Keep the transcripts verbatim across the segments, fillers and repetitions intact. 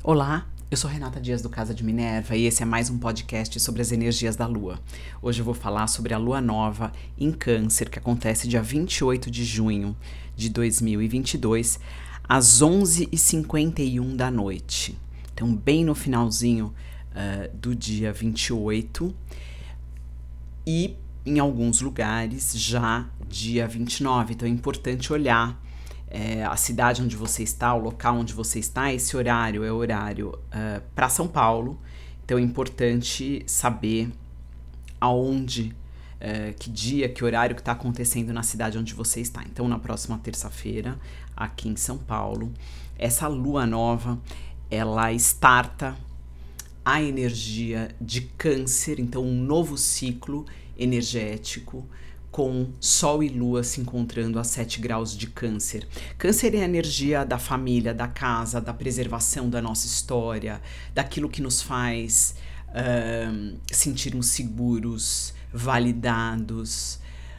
Olá, eu sou Renata Dias do Casa de Minerva e esse é mais um podcast sobre as energias da Lua. Hoje eu vou falar sobre a Lua Nova em Câncer, que acontece dia vinte e oito de junho de dois mil e vinte e dois, às onze e cinquenta e um da noite. Então, bem no finalzinho uh, do dia vinte e oito e em alguns lugares já dia vinte e nove. Então, é importante olhar É, a cidade onde você está, o local onde você está. Esse horário é horário uh, para São Paulo, então é importante saber aonde, uh, que dia, que horário que está acontecendo na cidade onde você está. Então, na próxima terça-feira, aqui em São Paulo, essa lua nova, ela starta a energia de Câncer, então um novo ciclo energético, com Sol e Lua se encontrando a sete graus de Câncer. Câncer é a energia da família, da casa, da preservação da nossa história, daquilo que nos faz uh, sentirmos seguros, validados,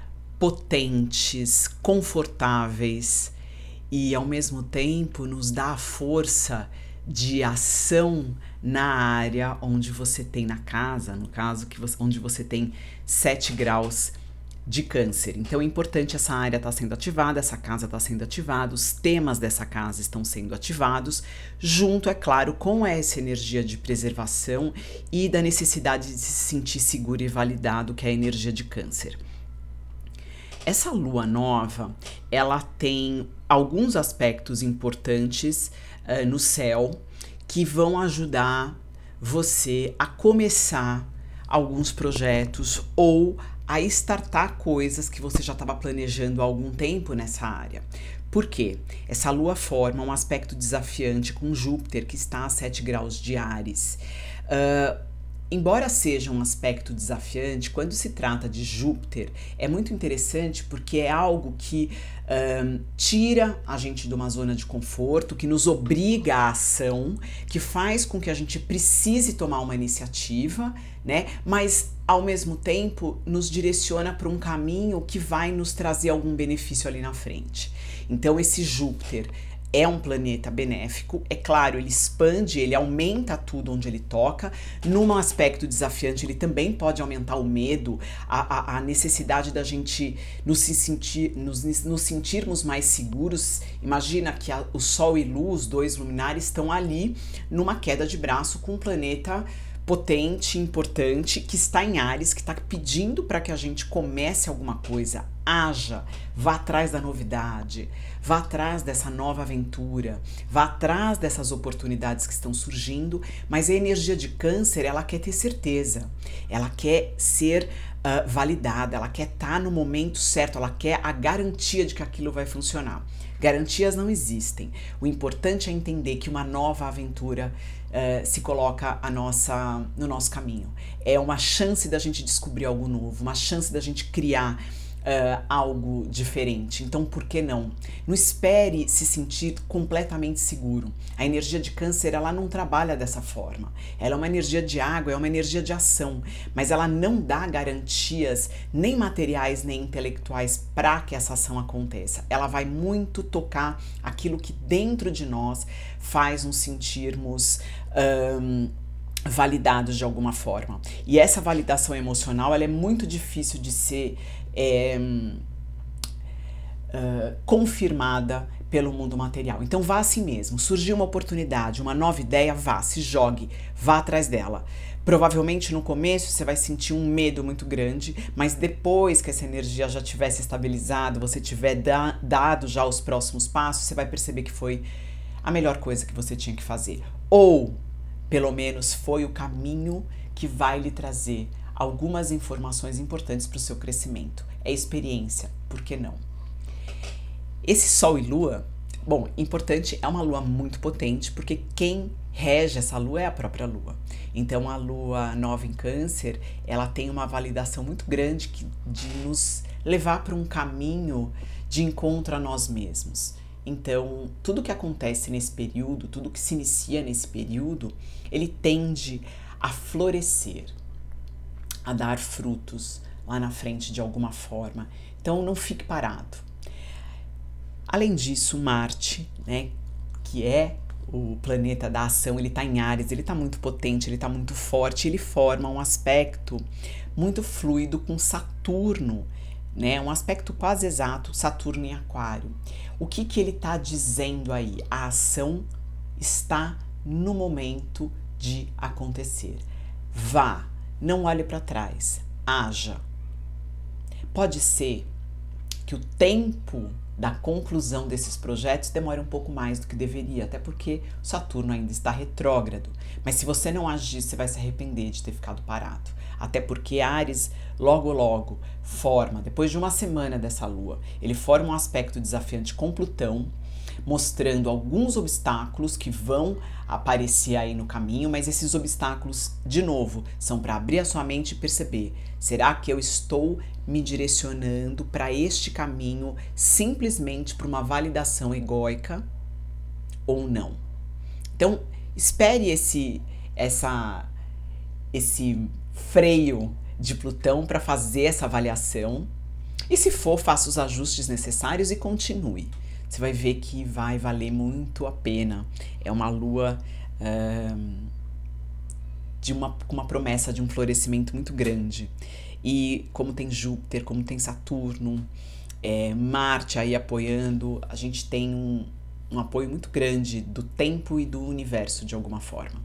potentes, confortáveis e, ao mesmo tempo, nos dá a força de ação na área onde você tem, na casa, no caso, que você, onde você tem sete graus de Câncer. Então é importante essa área estar tá sendo ativada, essa casa está sendo ativada, os temas dessa casa estão sendo ativados, junto, é claro, com essa energia de preservação e da necessidade de se sentir seguro e validado, que é a energia de Câncer. Essa lua nova, ela tem alguns aspectos importantes uh, no céu que vão ajudar você a começar alguns projetos ou a startar coisas que você já estava planejando há algum tempo nessa área. Por quê? Essa lua forma um aspecto desafiante com Júpiter, que está a sete graus de Áries. Uh, embora seja um aspecto desafiante, quando se trata de Júpiter, é muito interessante porque é algo que um, tira a gente de uma zona de conforto, que nos obriga à ação, que faz com que a gente precise tomar uma iniciativa, né? Mas ao mesmo tempo nos direciona para um caminho que vai nos trazer algum benefício ali na frente. Então esse Júpiter é um planeta benéfico, é claro, ele expande, ele aumenta tudo onde ele toca. Num aspecto desafiante, ele também pode aumentar o medo, a, a, a necessidade da gente nos, sentir, nos, nos sentirmos mais seguros. Imagina que a, o Sol e Lua, os dois luminares, estão ali numa queda de braço com um planeta potente, importante, que está em Áries, que está pedindo para que a gente comece alguma coisa, haja, vá atrás da novidade, vá atrás dessa nova aventura, vá atrás dessas oportunidades que estão surgindo, mas a energia de Câncer, ela quer ter certeza, ela quer ser uh, validada, ela quer estar no momento certo, ela quer a garantia de que aquilo vai funcionar. Garantias não existem. O importante é entender que uma nova aventura uh, se coloca a nossa, no nosso caminho. É uma chance da gente descobrir algo novo, uma chance da gente criar Uh, algo diferente. Então, por que não? Não espere se sentir completamente seguro. A energia de Câncer, ela não trabalha dessa forma. Ela é uma energia de água, é uma energia de ação, mas ela não dá garantias nem materiais nem intelectuais para que essa ação aconteça. Ela vai muito tocar aquilo que dentro de nós faz nos sentirmos um, validados de alguma forma. E essa validação emocional, ela é muito difícil de ser É, uh, confirmada pelo mundo material. Então vá assim mesmo, surgiu uma oportunidade, uma nova ideia, vá, se jogue, vá atrás dela. Provavelmente no começo você vai sentir um medo muito grande, mas depois que essa energia já tiver se estabilizado, você tiver da, dado já os próximos passos, você vai perceber que foi a melhor coisa que você tinha que fazer. Ou, pelo menos, foi o caminho que vai lhe trazer algumas informações importantes para o seu crescimento. É experiência, por que não? Esse Sol e Lua, bom, importante, é uma lua muito potente, porque quem rege essa lua é a própria lua. Então a lua nova em Câncer, ela tem uma validação muito grande que, de nos levar para um caminho de encontro a nós mesmos. Então, tudo que acontece nesse período, tudo que se inicia nesse período, ele tende a florescer, a dar frutos lá na frente de alguma forma. Então não fique parado. Além disso, Marte, né, que é o planeta da ação, ele está em Áries, ele está muito potente, ele está muito forte, ele forma um aspecto muito fluido com Saturno, né? Um aspecto quase exato, Saturno em Aquário. O que que ele está dizendo aí? A ação está no momento de acontecer. Vá, não olhe para trás, haja. Pode ser que o tempo da conclusão desses projetos demore um pouco mais do que deveria, até porque Saturno ainda está retrógrado. Mas se você não agir, você vai se arrepender de ter ficado parado. Até porque Áries, logo logo, forma, depois de uma semana dessa lua, ele forma um aspecto desafiante com Plutão, mostrando alguns obstáculos que vão aparecer aí no caminho, mas esses obstáculos, de novo, são para abrir a sua mente e perceber, será que eu estou me direcionando para este caminho simplesmente para uma validação egóica ou não? Então, espere esse, essa, esse freio de Plutão para fazer essa avaliação e, se for, faça os ajustes necessários e continue. Você vai ver que vai valer muito a pena. É uma lua uh, de uma, com uma promessa de um florescimento muito grande. E como tem Júpiter, como tem Saturno, é, Marte aí apoiando, a gente tem um, um apoio muito grande do tempo e do universo de alguma forma.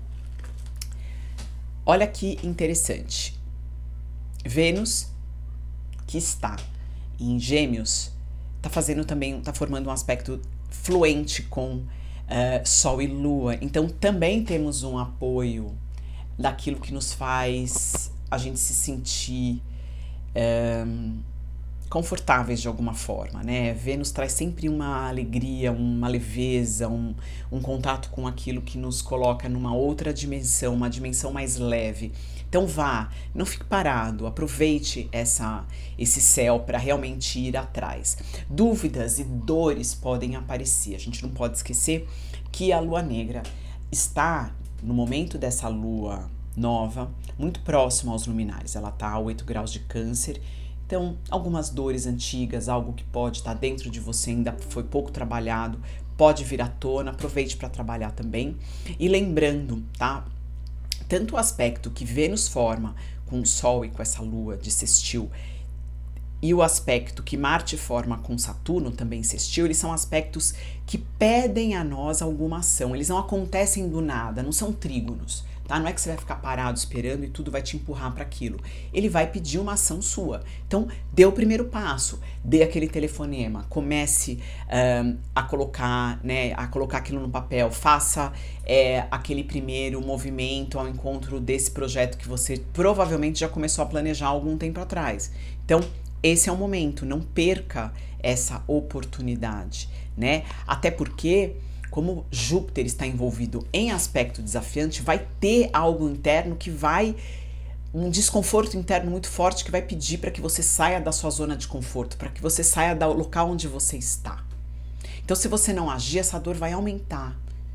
Olha que interessante. Vênus, que está em Gêmeos, tá fazendo também, tá formando um aspecto fluente com uh, Sol e Lua. Então também temos um apoio daquilo que nos faz a gente se sentir um, confortáveis de alguma forma, né? Vênus traz sempre uma alegria, uma leveza, um, um contato com aquilo que nos coloca numa outra dimensão, uma dimensão mais leve. Então vá, não fique parado, aproveite essa, esse céu para realmente ir atrás. Dúvidas e dores podem aparecer, a gente não pode esquecer que a lua negra está, no momento dessa lua nova, muito próxima aos luminares, ela está a oito graus de Câncer, então algumas dores antigas, algo que pode estar dentro de você, ainda foi pouco trabalhado, pode vir à tona, aproveite para trabalhar também. E lembrando, tá? Tanto o aspecto que Vênus forma com o Sol e com essa lua de sextil e o aspecto que Marte forma com Saturno, também sextil, eles são aspectos que pedem a nós alguma ação. Eles não acontecem do nada, não são trígonos, tá? Não é que você vai ficar parado esperando e tudo vai te empurrar para aquilo. Ele vai pedir uma ação sua. Então, dê o primeiro passo, dê aquele telefonema, comece um, a colocar, né, a colocar aquilo no papel, faça é, aquele primeiro movimento ao encontro desse projeto que você provavelmente já começou a planejar há algum tempo atrás. Então, esse é o momento, não perca essa oportunidade, né? Até porque, como Júpiter está envolvido em aspecto desafiante, vai ter algo interno que vai, um desconforto interno muito forte que vai pedir para que você saia da sua zona de conforto, para que você saia do local onde você está. Então, se você não agir, essa dor vai aumentar.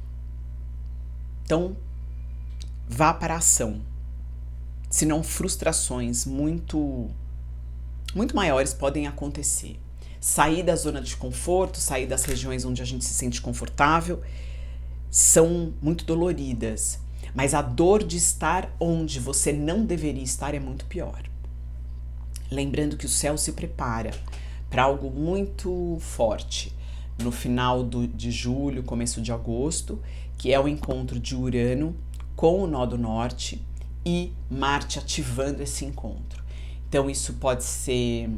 Então, vá para a ação. Senão, frustrações muito... muito maiores podem acontecer. Sair da zona de conforto, sair das regiões onde a gente se sente confortável, são muito doloridas. Mas a dor de estar onde você não deveria estar é muito pior. Lembrando que o céu se prepara para algo muito forte no final do, de julho, começo de agosto, que é o encontro de Urano com o nó do norte e Marte ativando esse encontro. Então isso pode ser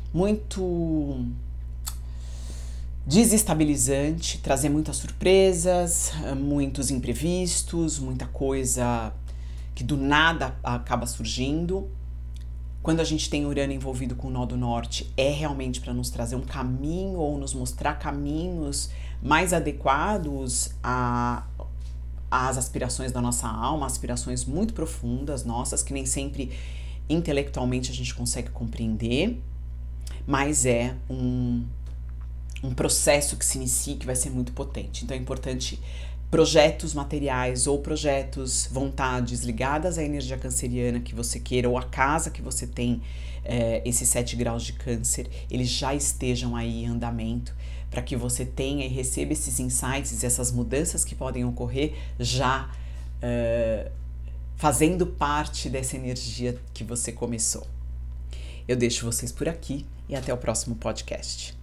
muito desestabilizante, trazer muitas surpresas, muitos imprevistos, muita coisa que do nada acaba surgindo. Quando a gente tem Urano envolvido com o nó do norte, é realmente para nos trazer um caminho ou nos mostrar caminhos mais adequados a às aspirações da nossa alma, aspirações muito profundas nossas, que nem sempre intelectualmente a gente consegue compreender, mas é um, um processo que se inicia que vai ser muito potente. Então é importante projetos materiais ou projetos, vontades ligadas à energia canceriana que você queira, ou a casa que você tem é, esses sete graus de Câncer, eles já estejam aí em andamento para que você tenha e receba esses insights, essas mudanças que podem ocorrer já uh, fazendo parte dessa energia que você começou. Eu deixo vocês por aqui e até o próximo podcast.